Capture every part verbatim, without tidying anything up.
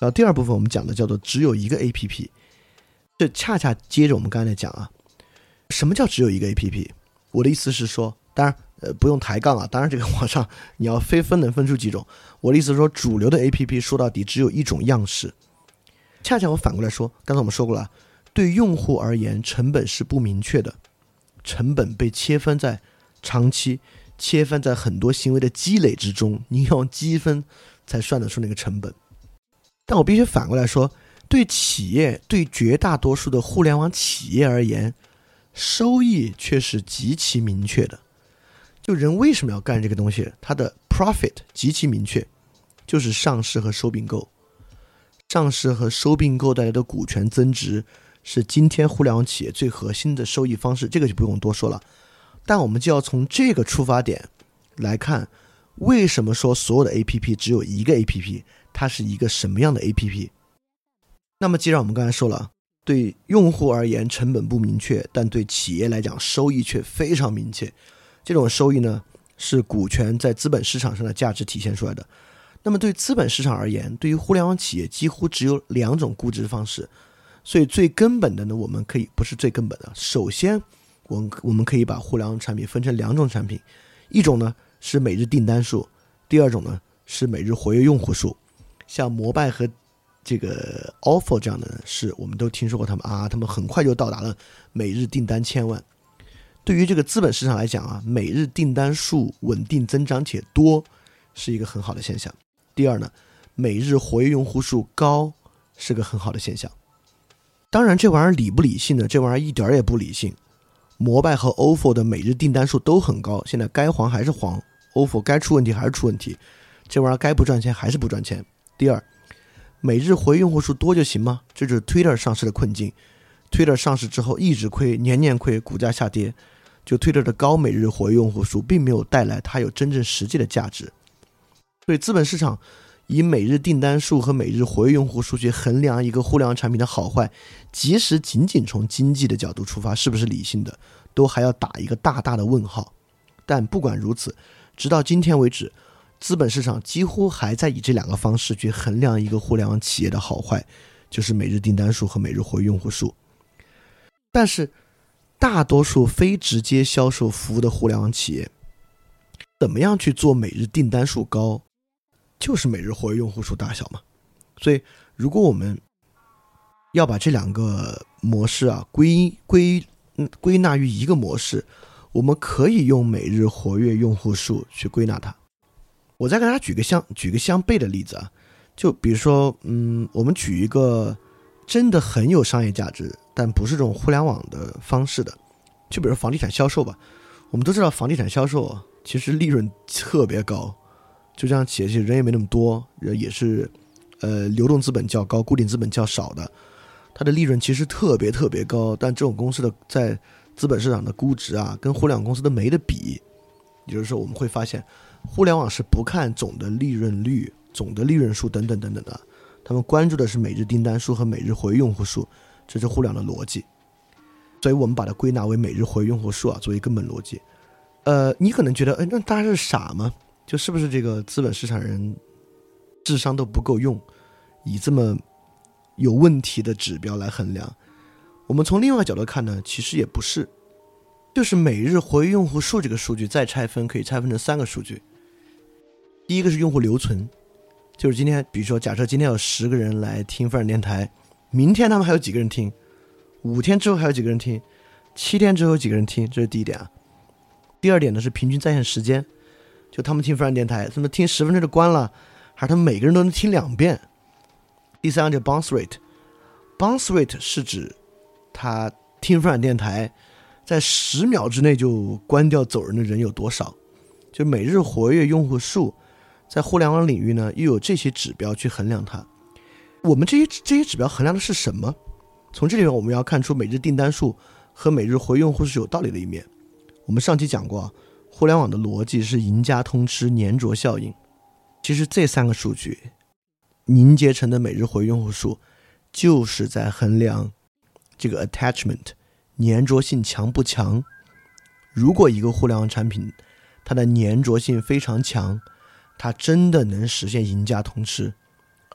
然后第二部分我们讲的叫做只有一个 A P P， 这恰恰接着我们刚才讲啊，什么叫只有一个 A P P？ 我的意思是说，当然呃不用抬杠啊，当然这个网上你要非分能分出几种，我的意思是说主流的 A P P 说到底只有一种样式。恰恰我反过来说，刚才我们说过了，对用户而言成本是不明确的，成本被切分在长期，切分在很多行为的积累之中，你用积分才算得出那个成本。但我必须反过来说，对企业，对绝大多数的互联网企业而言，收益却是极其明确的。就人为什么要干这个东西，它的 profit 极其明确，就是上市和收并购。上市和收并购带来的股权增值是今天互联网企业最核心的收益方式，这个就不用多说了。但我们就要从这个出发点来看，为什么说所有的 A P P 只有一个 A P P， 它是一个什么样的 A P P。 那么既然我们刚才说了，对用户而言成本不明确，但对企业来讲收益却非常明确，这种收益呢是股权在资本市场上的价值体现出来的。那么对资本市场而言，对于互联网企业几乎只有两种估值方式，所以最根本的呢，我们可以不是最根本的，首先我们我们可以把互联网产品分成两种产品，一种呢是每日订单数，第二种呢是每日活跃用户数。像摩拜和这个 ofo 这样的呢，是我们都听说过他们啊，他们很快就到达了每日订单千万。对于这个资本市场来讲啊，每日订单数稳定增长且多是一个很好的现象。第二呢，每日活跃用户数高是个很好的现象。当然这玩意儿理不理性呢？这玩意儿一点也不理性。摩拜和 ofo 的每日订单数都很高，现在该黄还是黄， ofo 该出问题还是出问题，这玩意儿该不赚钱还是不赚钱。第二，每日活跃用户数多就行吗？这就是 Twitter 上市的困境。 Twitter 上市之后一直亏，年年亏，股价下跌，就 Twitter 的高每日活跃用户数并没有带来它有真正实际的价值。所以资本市场以每日订单数和每日活跃用户数去衡量一个互联网产品的好坏，即使仅仅从经济的角度出发是不是理性的，都还要打一个大大的问号。但不管如此，直到今天为止，资本市场几乎还在以这两个方式去衡量一个互联网企业的好坏，就是每日订单数和每日活跃用户数。但是大多数非直接销售服务的互联网企业怎么样去做每日订单数高，就是每日活跃用户数大小嘛。所以如果我们要把这两个模式啊归归归纳于一个模式，我们可以用每日活跃用户数去归纳它。我再给大家举个相举个相悖的例子啊，就比如说嗯，我们举一个真的很有商业价值但不是这种互联网的方式的，就比如房地产销售吧。我们都知道房地产销售啊，其实利润特别高，就这样企业其实人也没那么多，也是呃流动资本较高，固定资本较少的，它的利润其实特别特别高，但这种公司的在资本市场的估值啊，跟互联网公司都没得比。也就是说我们会发现互联网是不看总的利润率、总的利润数等等等等的，他们关注的是每日订单数和每日活跃用户数，这是互联网的逻辑。所以我们把它归纳为每日活跃用户数啊，作为根本逻辑。呃，你可能觉得，哎，那大家是傻吗？就是不是这个资本市场人智商都不够用，以这么有问题的指标来衡量？我们从另外一个角度看呢，其实也不是。就是每日活跃用户数这个数据再拆分，可以拆分成三个数据。第一个是用户留存，就是今天比如说假设今天有十个人来听范儿电台，明天他们还有几个人听，五天之后还有几个人听，七天之后有几个人听，这是第一点啊。第二点呢是平均在线时间，就他们听范儿电台，他们听十分钟就关了，还是他们每个人都能听两遍。第三个就是 bounce rate， bounce rate 是指他听范儿电台在十秒之内就关掉走人的人有多少。就每日活跃用户数在互联网领域呢，又有这些指标去衡量它。我们这些这些指标衡量的是什么？从这里面我们要看出每日订单数和每日活跃用户是有道理的一面。我们上期讲过，互联网的逻辑是赢家通吃粘着效应。其实这三个数据凝结成的每日活跃用户数，就是在衡量这个 attachment 粘着性强不强。如果一个互联网产品它的粘着性非常强，它真的能实现赢家通吃。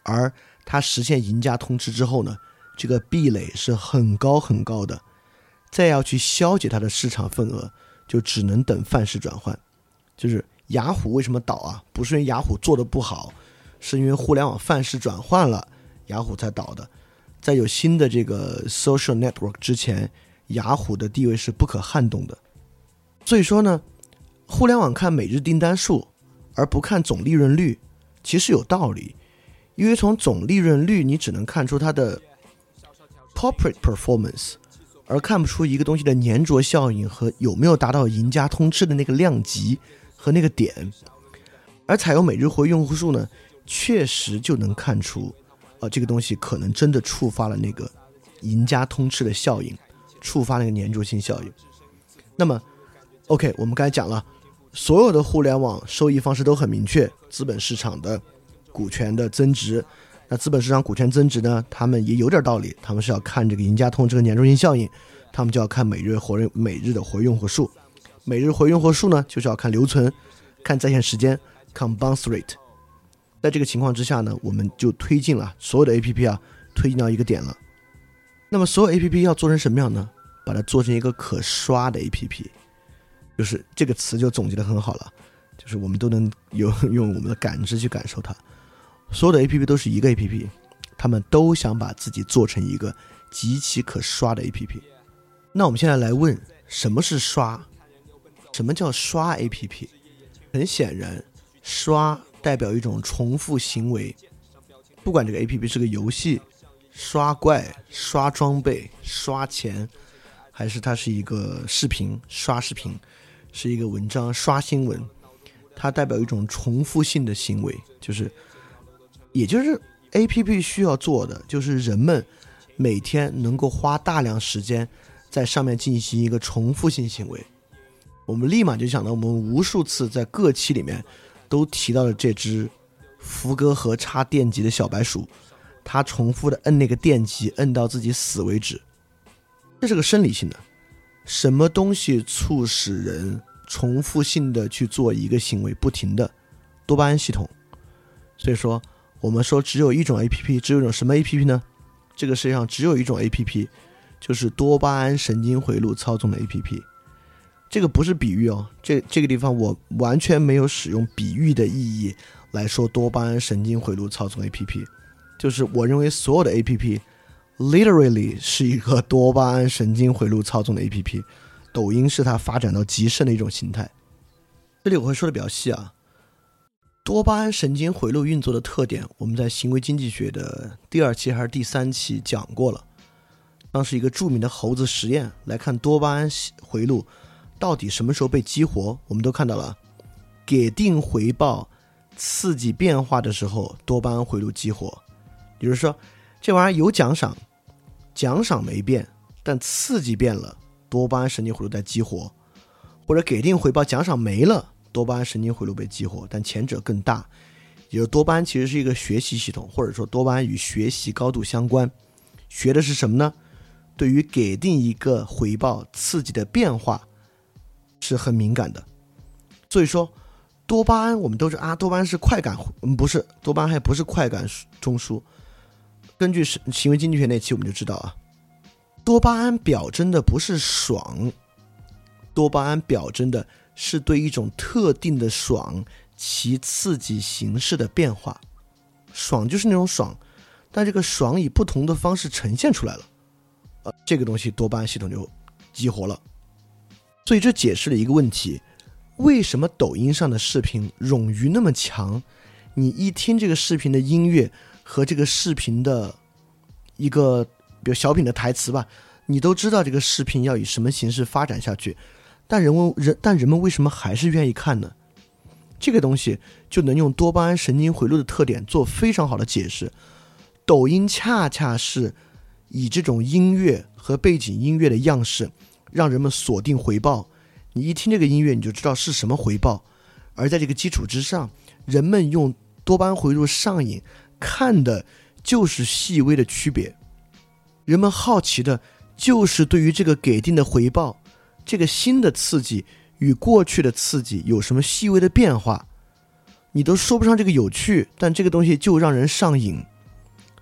而它实现赢家通吃之后呢，这个壁垒是很高很高的，再要去消解它的市场份额，就只能等范式转换。就是雅虎为什么倒啊？不是因为雅虎做的不好，是因为互联网范式转换了，雅虎才倒的。在有新的这个 social network 之前，雅虎的地位是不可撼动的。所以说呢，互联网看每日订单数而不看总利润率，其实有道理。因为从总利润率你只能看出它的 corporate performance， 而看不出一个东西的粘着效应和有没有达到赢家通吃的那个量级和那个点。而采用每日活跃用户数呢，确实就能看出呃，这个东西可能真的触发了那个赢家通吃的效应，触发那个粘着性效应。那么 OK， 我们刚才讲了，所有的互联网收益方式都很明确，资本市场的股权的增值，那资本市场股权增值呢，他们也有点道理，他们是要看这个赢家通吃和粘着性效应，他们就要看每日活每日的活跃用户数，每日活跃用户数呢，就是要看留存，看在线时间，看 bounce rate。在这个情况之下呢，我们就推进了所有的 A P P 啊，推进到一个点了。那么所有 A P P 要做成什么样呢？把它做成一个可刷的 A P P， 就是这个词就总结得很好了，就是我们都能有用我们的感知去感受它。所有的 A P P 都是一个 A P P， 他们都想把自己做成一个极其可刷的 A P P。 那我们现在来问，什么是刷？什么叫刷 A P P？ 很显然，刷代表一种重复行为，不管这个 A P P 是个游戏、刷怪、刷装备、刷钱，还是它是一个视频、刷视频，是一个文章、刷新闻，它代表一种重复性的行为，就是也就是 A P P 需要做的，就是人们每天能够花大量时间在上面进行一个重复性行为。我们立马就想到我们无数次在各期里面都提到了这只福格和插电极的小白鼠，它重复的摁那个电极摁到自己死为止。这是个生理性的，什么东西促使人重复性的去做一个行为，不停的？多巴胺系统。所以说我们说只有一种 A P P， 只有一种什么 A P P 呢？这个世界上只有一种 A P P， 就是多巴胺神经回路操纵的 A P P。 这个不是比喻哦，这这个地方我完全没有使用比喻的意义来说多巴胺神经回路操纵 A P P， 就是我认为所有的 A P P literally 是一个多巴胺神经回路操纵的 A P P， 抖音是它发展到极盛的一种形态。这里我会说的比较细啊，多巴胺神经回路运作的特点，我们在行为经济学的第二期还是第三期讲过了。当时一个著名的猴子实验来看多巴胺回路到底什么时候被激活，我们都看到了，给定回报刺激变化的时候，多巴胺回路激活。也就是说，这玩意儿有奖赏，奖赏没变，但刺激变了，多巴胺神经回路在激活。或者给定回报，奖赏没了，多巴胺神经回路被激活，但前者更大。也就是多巴胺其实是一个学习系统，或者说多巴胺与学习高度相关。学的是什么呢？对于给定一个回报刺激的变化是很敏感的。所以说多巴胺我们都是啊，多巴胺是快感，嗯，不是，多巴胺还不是快感中枢。根据行为经济学那期我们就知道啊，多巴胺表征的不是爽，多巴胺表征的是对一种特定的爽其刺激形式的变化。爽就是那种爽，但这个爽以不同的方式呈现出来了，呃，这个东西多巴胺系统就激活了。所以这解释了一个问题，为什么抖音上的视频冗余那么强？你一听这个视频的音乐和这个视频的一个比如小品的台词吧，你都知道这个视频要以什么形式发展下去，但人们人但人们为什么还是愿意看呢？这个东西就能用多巴胺神经回路的特点做非常好的解释。抖音恰恰是以这种音乐和背景音乐的样式让人们锁定回报，你一听这个音乐你就知道是什么回报，而在这个基础之上，人们用多巴胺回路上瘾看的就是细微的区别，人们好奇的就是对于这个给定的回报，这个新的刺激与过去的刺激有什么细微的变化。你都说不上这个有趣，但这个东西就让人上瘾。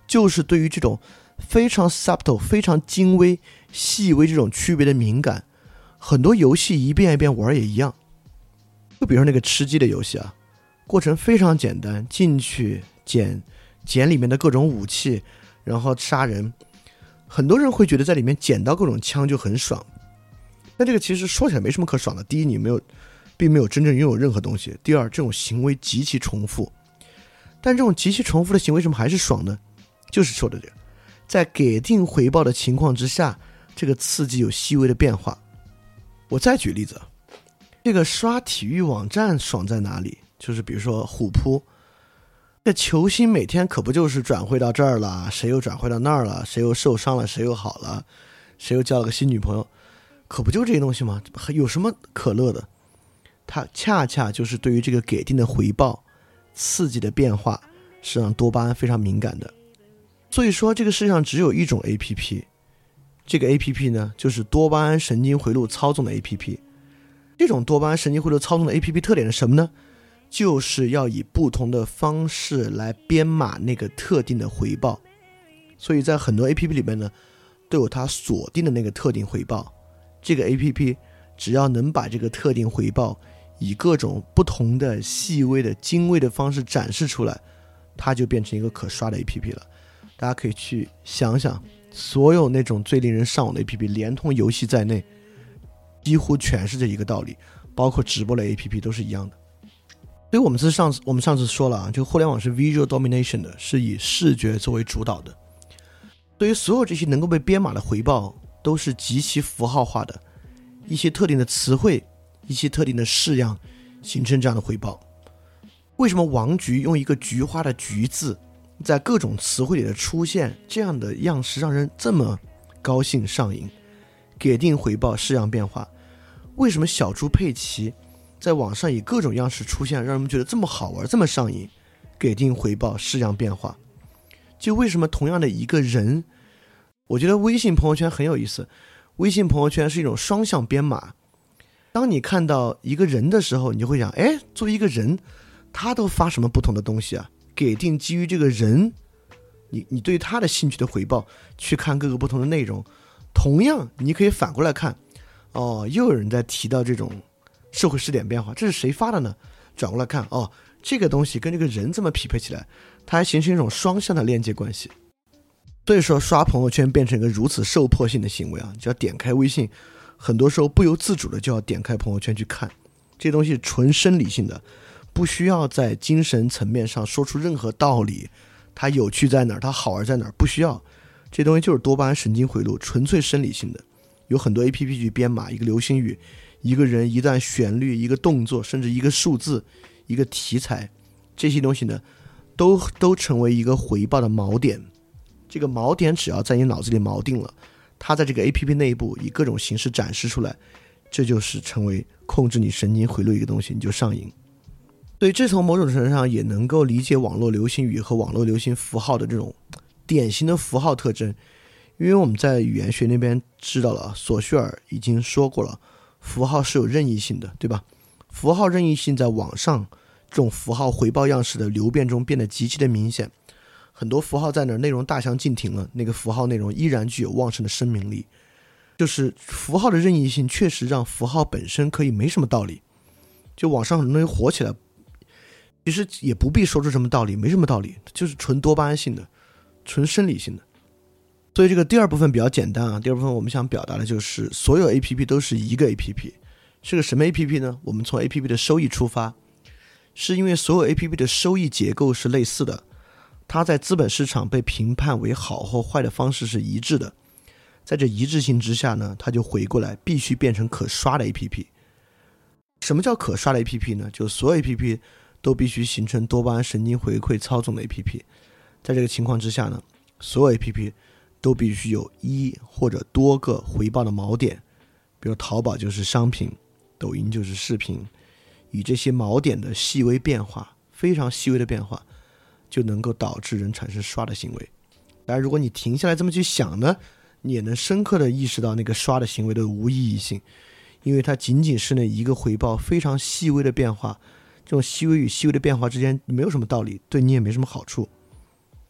就是对于这种非常 subtle 非常精微细微这种区别的敏感，很多游戏一遍一遍玩也一样。就比如说那个吃鸡的游戏啊，过程非常简单，进去捡捡里面的各种武器，然后杀人。很多人会觉得在里面捡到各种枪就很爽，但这个其实说起来没什么可爽的。第一，你没有并没有真正拥有任何东西；第二，这种行为极其重复。但这种极其重复的行为为什么还是爽呢？就是说的这个，在给定回报的情况之下，这个刺激有细微的变化。我再举例子，这个刷体育网站爽在哪里？就是比如说虎扑，这球星每天可不就是转会到这儿了，谁又转会到那儿了，谁又受伤了，谁又好了，谁又交了个新女朋友，可不就这些东西吗？有什么可乐的？它恰恰就是对于这个给定的回报刺激的变化是让多巴胺非常敏感的。所以说这个世界上只有一种 A P P， 这个 A P P 呢就是多巴胺神经回路操纵的 A P P。 这种多巴胺神经回路操纵的 A P P 特点是什么呢？就是要以不同的方式来编码那个特定的回报。所以在很多 A P P 里面呢都有它锁定的那个特定回报，这个 A P P 只要能把这个特定回报以各种不同的细微的精微的方式展示出来，它就变成一个可刷的 A P P 了。大家可以去想想，所有那种最令人上网的 A P P 连同游戏在内几乎全是这一个道理，包括直播类 A P P 都是一样的。所以我们是上次我们上次说了啊，这个互联网是 visual domination 的，是以视觉作为主导的。对于所有这些能够被编码的回报都是极其符号化的，一些特定的词汇，一些特定的式样形成这样的回报。为什么王菊用一个菊花的菊字在各种词汇里的出现，这样的样式让人这么高兴上瘾？给定回报式样变化。为什么小猪佩奇在网上以各种样式出现，让人们觉得这么好玩这么上瘾？给定回报式样变化。就为什么同样的一个人，我觉得微信朋友圈很有意思，微信朋友圈是一种双向编码。当你看到一个人的时候，你就会想，哎，作为一个人他都发什么不同的东西啊？给定基于这个人你你对他的兴趣的回报去看各个不同的内容。同样你可以反过来看，哦，又有人在提到这种社会试点变化，这是谁发的呢？转过来看，哦，这个东西跟这个人这么匹配起来，它还形成一种双向的链接关系。所以说刷朋友圈变成一个如此受迫性的行为啊，就要点开微信，很多时候不由自主的就要点开朋友圈去看，这东西纯生理性的，不需要在精神层面上说出任何道理，它有趣在哪儿，它好玩在哪儿，不需要。这东西就是多巴胺神经回路，纯粹生理性的。有很多 A P P 去编码一个流行语，一个人，一段旋律，一个动作，甚至一个数字，一个题材，这些东西呢都都成为一个回报的锚点。这个锚点只要在你脑子里锚定了，它在这个 A P P 内部以各种形式展示出来，这就是成为控制你神经回路一个东西，你就上瘾。所以这从某种程度上也能够理解网络流行语和网络流行符号的这种典型的符号特征。因为我们在语言学那边知道了，索绪尔已经说过了，符号是有任意性的，对吧？符号任意性在网上这种符号回报样式的流变中变得极其的明显。很多符号在那儿内容大相径庭了，那个符号内容依然具有旺盛的生命力。就是符号的任意性确实让符号本身可以没什么道理。就网上很多东西火起来，其实也不必说出什么道理，没什么道理，就是纯多巴胺性的，纯生理性的。所以这个第二部分比较简单啊，第二部分我们想表达的就是所有 A P P 都是一个 A P P。 是个什么 A P P 呢？我们从 A P P 的收益出发，是因为所有 A P P 的收益结构是类似的，它在资本市场被评判为好或坏的方式是一致的，在这一致性之下呢，它就回过来必须变成可刷的 A P P。 什么叫可刷的 A P P 呢？就所有 A P P 都必须形成多巴胺神经回馈操纵的 A P P。 在这个情况之下呢，所有 A P P 都必须有一或者多个回报的锚点，比如淘宝就是商品，抖音就是视频，以这些锚点的细微变化，非常细微的变化，就能够导致人产生刷的行为。当然如果你停下来这么去想呢，你也能深刻的意识到那个刷的行为的无意义性，因为它仅仅是那一个回报非常细微的变化，这种细微与细微的变化之间没有什么道理，对你也没什么好处。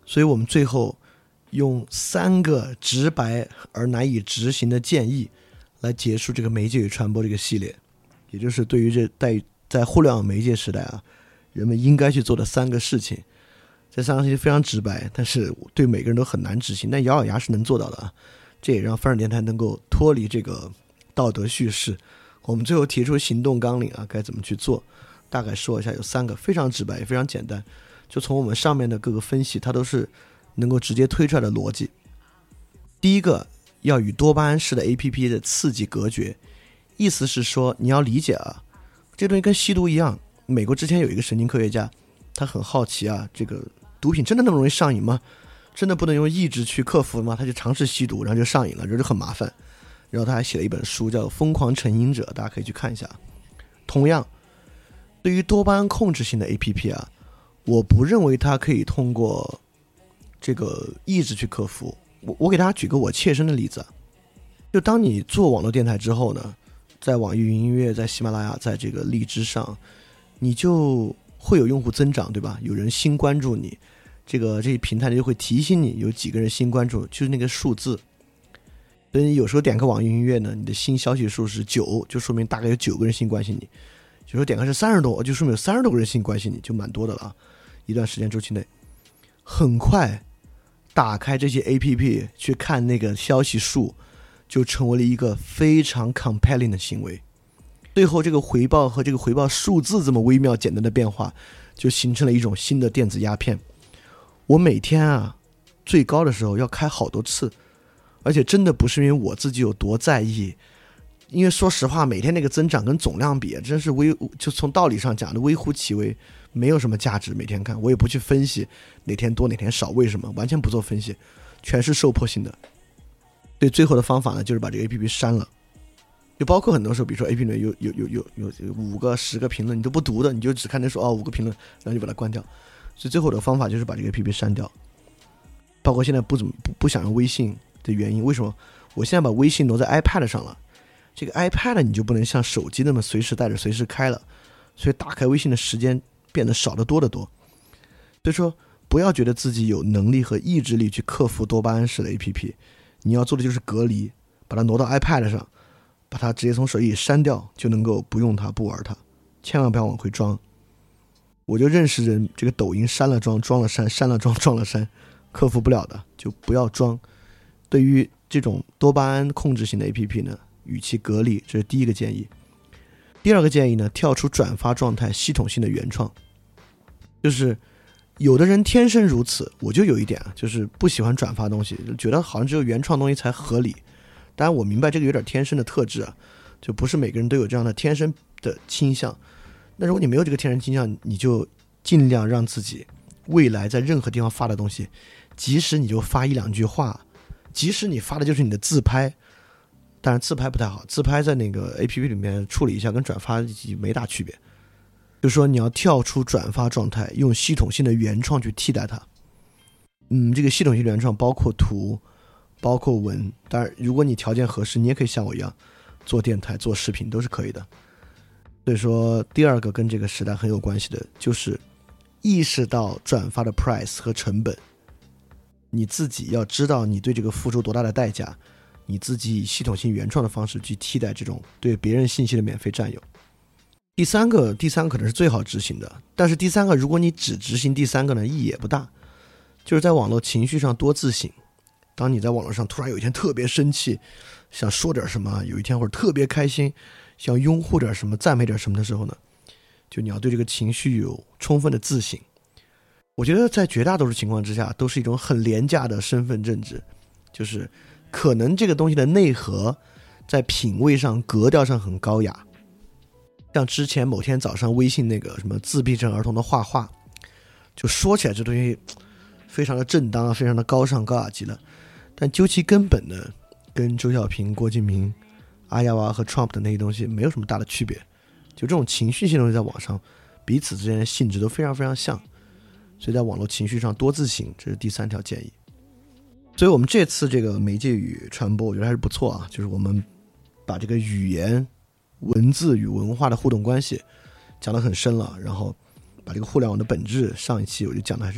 所以我们最后用三个直白而难以执行的建议来结束这个媒介与传播这个系列，也就是对于这在在互联网媒介时代啊，人们应该去做的三个事情。这三个事情非常直白，但是对每个人都很难执行，但咬咬牙是能做到的啊。这也让翻转电台能够脱离这个道德叙事。我们最后提出行动纲领啊，该怎么去做？大概说一下，有三个非常直白也非常简单，就从我们上面的各个分析，它都是能够直接推出来的逻辑。第一个，要与多巴胺式的 A P P 的刺激隔绝，意思是说你要理解啊，这东西跟吸毒一样。美国之前有一个神经科学家，他很好奇啊，这个毒品真的那么容易上瘾吗？真的不能用意志去克服吗？他就尝试吸毒，然后就上瘾了，这就很麻烦。然后他还写了一本书叫《疯狂成瘾者》，大家可以去看一下。同样，对于多巴胺控制性的 A P P 啊，我不认为它可以通过这个意志去克服。我我给大家举个我切身的例子，就当你做网络电台之后呢，在网易云音乐、在喜马拉雅、在这个荔枝上，你就会有用户增长，对吧？有人新关注你，这个这些平台就会提醒你有几个人新关注，就是那个数字。所以有时候点开网易云音乐呢，你的新消息数是九，就说明大概有九个人新关心你；有时候点开是三十多，就说明有三十多个人新关心你，就蛮多的了。一段时间周期内，很快打开这些 A P P 去看那个消息数，就成为了一个非常 compelling 的行为。最后这个回报和这个回报数字这么微妙简单的变化，就形成了一种新的电子鸦片。我每天啊，最高的时候要开好多次，而且真的不是因为我自己有多在意，因为说实话，每天那个增长跟总量比，真是微，就从道理上讲的微乎其微，没有什么价值。每天看，我也不去分析哪天多哪天少，为什么，完全不做分析，全是受迫性的。所以最后的方法呢，就是把这个 A P P 删了。就包括很多时候，比如说 A P P 里有有有有有有五个十个评论，你都不读的，你就只看那说哦五个评论，然后就把它关掉。所以最后的方法就是把这个 A P P 删掉。包括现在不怎么不不想用微信的原因，为什么？我现在把微信挪在 iPad 上了，这个 iPad 你就不能像手机那么随时带着随时开了，所以打开微信的时间变得少得多得多。所以说，不要觉得自己有能力和意志力去克服多巴胺式的 A P P， 你要做的就是隔离，把它挪到 iPad 上，把它直接从手机里删掉，就能够不用它不玩它，千万不要往回装。我就认识人，这个抖音删了装，装了删，删了装，装了删，克服不了的就不要装。对于这种多巴胺控制型的 A P P 呢，与其隔离，这是第一个建议。第二个建议呢，跳出转发状态，系统性的原创。就是有的人天生如此，我就有一点啊，就是不喜欢转发东西，就觉得好像只有原创东西才合理。当然我明白这个有点天生的特质啊，就不是每个人都有这样的天生的倾向。那如果你没有这个天生倾向，你就尽量让自己未来在任何地方发的东西，即使你就发一两句话，即使你发的就是你的自拍，当然自拍不太好，自拍在那个 A P P 里面处理一下跟转发没大区别。就是说你要跳出转发状态，用系统性的原创去替代它。嗯，这个系统性原创包括图，包括文，当然如果你条件合适，你也可以像我一样做电台做视频都是可以的。所以说第二个跟这个时代很有关系的就是意识到转发的 price 和成本，你自己要知道你对这个付出多大的代价，你自己以系统性原创的方式去替代这种对别人信息的免费占有。第三个第三个可能是最好执行的，但是第三个如果你只执行第三个呢，意义也不大。就是在网络情绪上多自省。当你在网络上突然有一天特别生气，想说点什么，有一天或者特别开心，想拥护点什么，赞美点什么的时候呢，就你要对这个情绪有充分的自省。我觉得在绝大多数情况之下都是一种很廉价的身份政治，就是可能这个东西的内核在品味上格调上很高雅，像之前某天早上微信那个什么自闭症儿童的画画，就说起来这东西非常的正当，非常的高尚高雅极了，但究其根本呢，跟周小平、郭敬明、阿亚娃和 Trump 的那些东西没有什么大的区别。就这种情绪性东西在网上彼此之间的性质都非常非常像，所以在网络情绪上多自省，这是第三条建议。所以我们这次这个媒介与传播我觉得还是不错啊，就是我们把这个语言文字与文化的互动关系讲得很深了，然后把这个互联网的本质，上一期我就讲的还是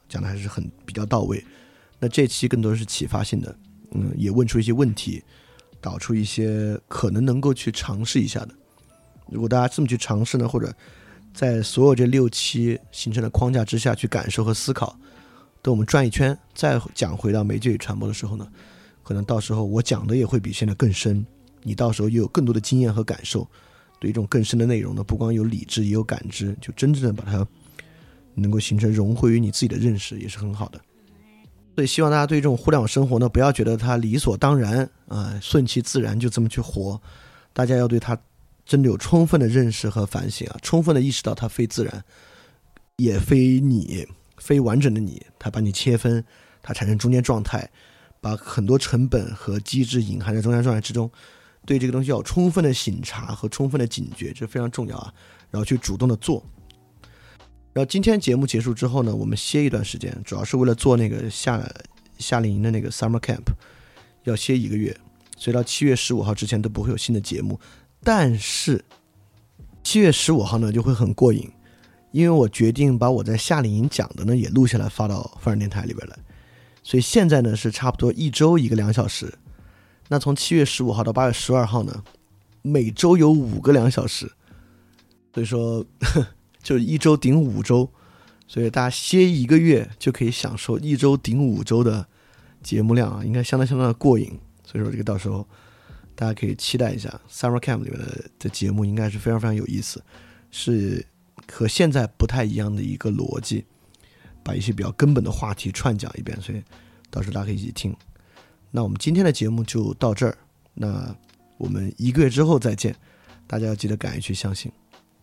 讲的还是很比较到位。那这期更多的是启发性的，嗯，也问出一些问题，导出一些可能能够去尝试一下的。如果大家这么去尝试呢，或者在所有这六期形成的框架之下去感受和思考，等我们转一圈再讲回到媒介与传播的时候呢，可能到时候我讲的也会比现在更深，你到时候又有更多的经验和感受，对一种更深的内容呢，不光有理智也有感知，就真正的把它能够形成融汇于你自己的认识，也是很好的。所以希望大家对这种互联网生活呢，不要觉得它理所当然啊、呃，顺其自然就这么去活，大家要对它真的有充分的认识和反省啊，充分的意识到它非自然，也非你，非完整的你，它把你切分，它产生中间状态，把很多成本和机制隐含在中间状态之中，对这个东西要有充分的省察和充分的警觉，这非常重要啊，然后去主动的做。然后今天节目结束之后呢，我们歇一段时间，主要是为了做那个夏夏令营的那个 summer camp， 要歇一个月，所以到七月十五号之前都不会有新的节目。但是七月十五号呢就会很过瘾，因为我决定把我在夏令营讲的呢也录下来发到范儿电台里边来，所以现在呢是差不多一周一个两小时。那从七月十五号到八月十二号呢，每周有五个两小时，所以说就是一周顶五周，所以大家歇一个月就可以享受一周顶五周的节目量啊，应该相当相当的过瘾。所以说这个到时候大家可以期待一下 Summer Camp 里面 的, 的节目，应该是非常非常有意思，是和现在不太一样的一个逻辑，把一些比较根本的话题串讲一遍，所以到时候大家可以一起听。那我们今天的节目就到这儿，那我们一个月之后再见，大家要记得敢于去相信。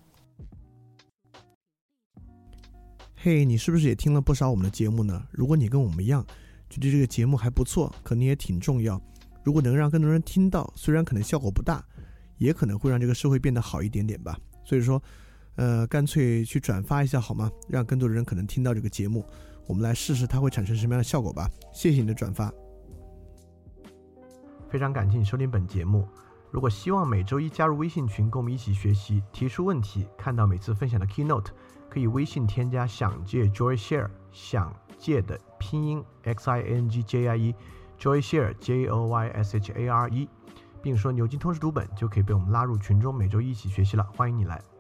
嘿、hey, 你是不是也听了不少我们的节目呢？如果你跟我们一样觉得这个节目还不错，可能也挺重要，如果能让更多人听到，虽然可能效果不大，也可能会让这个社会变得好一点点吧。所以说呃，干脆去转发一下好吗？让更多的人可能听到这个节目，我们来试试它会产生什么样的效果吧。谢谢你的转发。非常感谢你收听本节目，如果希望每周一加入微信群跟我们一起学习，提出问题，看到每次分享的 keynote， 可以微信添加想借 Joy Share， 想借的拼音 X I N G J I E， Joy Share J O Y S H A R E， 并说牛津通识读本，就可以被我们拉入群中，每周一起学习了，欢迎你来。